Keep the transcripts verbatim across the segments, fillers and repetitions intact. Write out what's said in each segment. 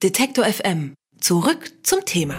Detektor F M. Zurück zum Thema.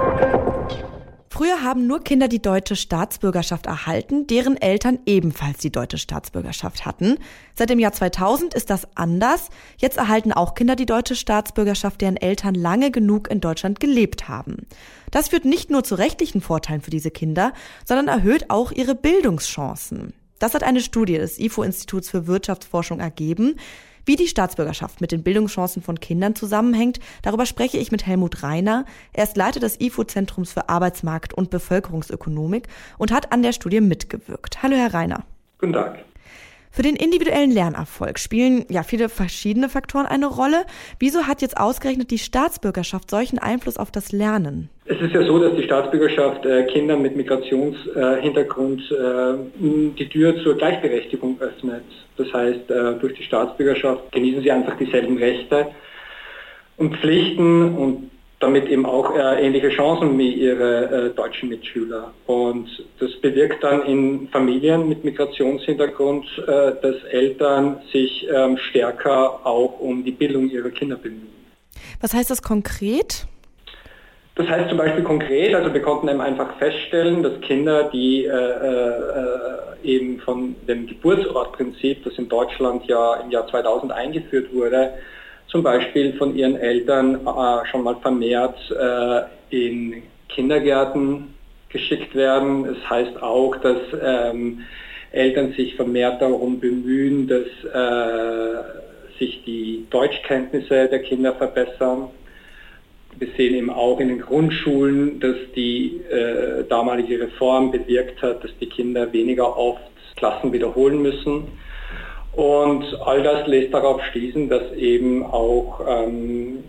Früher haben nur Kinder die deutsche Staatsbürgerschaft erhalten, deren Eltern ebenfalls die deutsche Staatsbürgerschaft hatten. Seit dem Jahr zweitausend ist das anders. Jetzt erhalten auch Kinder die deutsche Staatsbürgerschaft, deren Eltern lange genug in Deutschland gelebt haben. Das führt nicht nur zu rechtlichen Vorteilen für diese Kinder, sondern erhöht auch ihre Bildungschancen. Das hat eine Studie des I F O-Instituts für Wirtschaftsforschung ergeben. Wie die Staatsbürgerschaft mit den Bildungschancen von Kindern zusammenhängt, darüber spreche ich mit Helmut Reiner. Er ist Leiter des I F O-Zentrums für Arbeitsmarkt und Bevölkerungsökonomik und hat an der Studie mitgewirkt. Hallo, Herr Reiner. Guten Tag. Für den individuellen Lernerfolg spielen ja viele verschiedene Faktoren eine Rolle. Wieso hat jetzt ausgerechnet die Staatsbürgerschaft solchen Einfluss auf das Lernen? Es ist ja so, dass die Staatsbürgerschaft äh, Kindern mit Migrationshintergrund äh, die Tür zur Gleichberechtigung öffnet. Das heißt, äh, durch die Staatsbürgerschaft genießen sie einfach dieselben Rechte und Pflichten und damit eben auch äh, ähnliche Chancen wie ihre äh, deutschen Mitschüler. Und das bewirkt dann in Familien mit Migrationshintergrund, äh, dass Eltern sich ähm, stärker auch um die Bildung ihrer Kinder bemühen. Was heißt das konkret? Das heißt zum Beispiel konkret, also wir konnten eben einfach feststellen, dass Kinder, die äh, äh, eben von dem Geburtsortprinzip, das in Deutschland ja im Jahr zweitausend eingeführt wurde, zum Beispiel von ihren Eltern äh, schon mal vermehrt äh, in Kindergärten geschickt werden. Das heißt auch, dass ähm, Eltern sich vermehrt darum bemühen, dass äh, sich die Deutschkenntnisse der Kinder verbessern. Wir sehen eben auch in den Grundschulen, dass die äh, damalige Reform bewirkt hat, dass die Kinder weniger oft Klassen wiederholen müssen. Und all das lässt darauf schließen, dass eben auch ähm,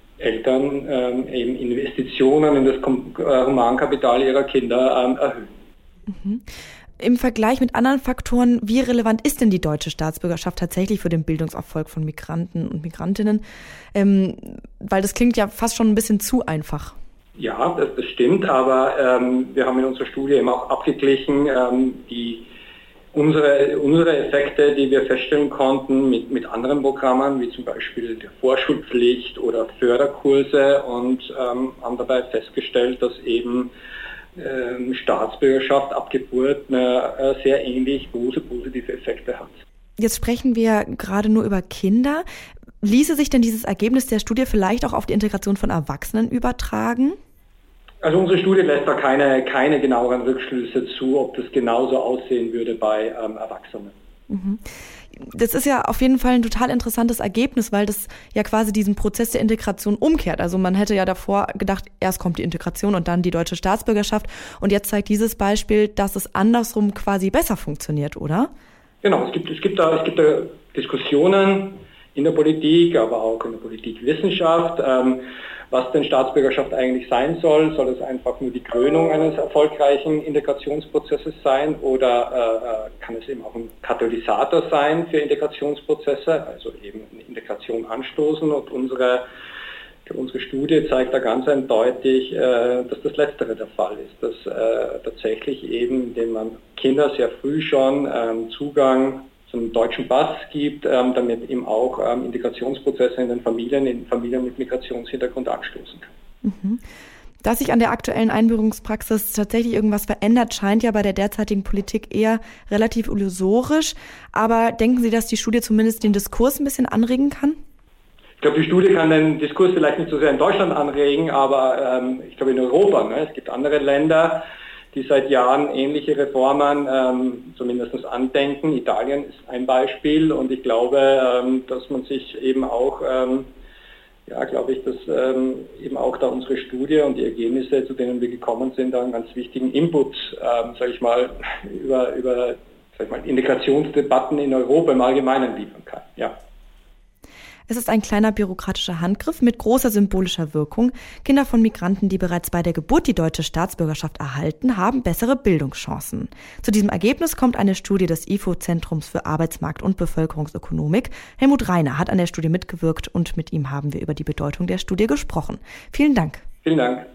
Eltern ähm, eben Investitionen in das Humankapital ihrer Kinder ähm, erhöhen. Mhm. Im Vergleich mit anderen Faktoren, wie relevant ist denn die deutsche Staatsbürgerschaft tatsächlich für den Bildungserfolg von Migranten und Migrantinnen? Ähm, weil das klingt ja fast schon ein bisschen zu einfach. Ja, das, das stimmt, aber ähm, wir haben in unserer Studie eben auch abgeglichen, ähm, die Unsere, unsere Effekte, die wir feststellen konnten mit, mit anderen Programmen, wie zum Beispiel der Vorschulpflicht oder Förderkurse und ähm, haben dabei festgestellt, dass eben ähm, Staatsbürgerschaft ab Geburt eine, äh, sehr ähnlich große positive Effekte hat. Jetzt sprechen wir gerade nur über Kinder. Ließe sich denn dieses Ergebnis der Studie vielleicht auch auf die Integration von Erwachsenen übertragen? Also unsere Studie lässt da keine, keine genaueren Rückschlüsse zu, ob das genauso aussehen würde bei ähm, Erwachsenen. Mhm. Das ist ja auf jeden Fall ein total interessantes Ergebnis, weil das ja quasi diesen Prozess der Integration umkehrt. Also man hätte ja davor gedacht, erst kommt die Integration und dann die deutsche Staatsbürgerschaft. Und jetzt zeigt dieses Beispiel, dass es andersrum quasi besser funktioniert, oder? Genau, es gibt, es gibt, da, es gibt da Diskussionen in der Politik, aber auch in der Politikwissenschaft. Ähm, was denn Staatsbürgerschaft eigentlich sein soll. Soll es einfach nur die Krönung eines erfolgreichen Integrationsprozesses sein oder äh, kann es eben auch ein Katalysator sein für Integrationsprozesse, also eben eine Integration anstoßen? Und unsere, unsere Studie zeigt da ganz eindeutig, äh, dass das Letztere der Fall ist, dass äh, tatsächlich eben, indem man Kinder sehr früh schon ähm, Zugang zum deutschen Pass gibt, ähm, damit eben auch ähm, Integrationsprozesse in den Familien, in Familien mit Migrationshintergrund anstoßen kann. Mhm. Dass sich an der aktuellen Einbürgerungspraxis tatsächlich irgendwas verändert, scheint ja bei der derzeitigen Politik eher relativ illusorisch. Aber denken Sie, dass die Studie zumindest den Diskurs ein bisschen anregen kann? Ich glaube, die Studie kann den Diskurs vielleicht nicht so sehr in Deutschland anregen, aber ähm, ich glaube in Europa. Ne? Es gibt andere Länder, die seit Jahren ähnliche Reformen ähm, zumindest andenken. Italien ist ein Beispiel und ich glaube, ähm, dass man sich eben auch, ähm, ja, glaube ich, dass ähm, eben auch da unsere Studie und die Ergebnisse, zu denen wir gekommen sind, da einen ganz wichtigen Input, ähm, sage ich mal, über, über sag ich mal, Integrationsdebatten in Europa im Allgemeinen liefern kann. Ja. Es ist ein kleiner bürokratischer Handgriff mit großer symbolischer Wirkung. Kinder von Migranten, die bereits bei der Geburt die deutsche Staatsbürgerschaft erhalten, haben bessere Bildungschancen. Zu diesem Ergebnis kommt eine Studie des I F O-Zentrums für Arbeitsmarkt und Bevölkerungsökonomik. Helmut Reiner hat an der Studie mitgewirkt und mit ihm haben wir über die Bedeutung der Studie gesprochen. Vielen Dank. Vielen Dank.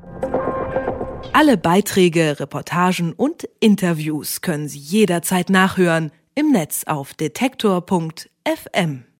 Alle Beiträge, Reportagen und Interviews können Sie jederzeit nachhören im Netz auf detektor punkt f m.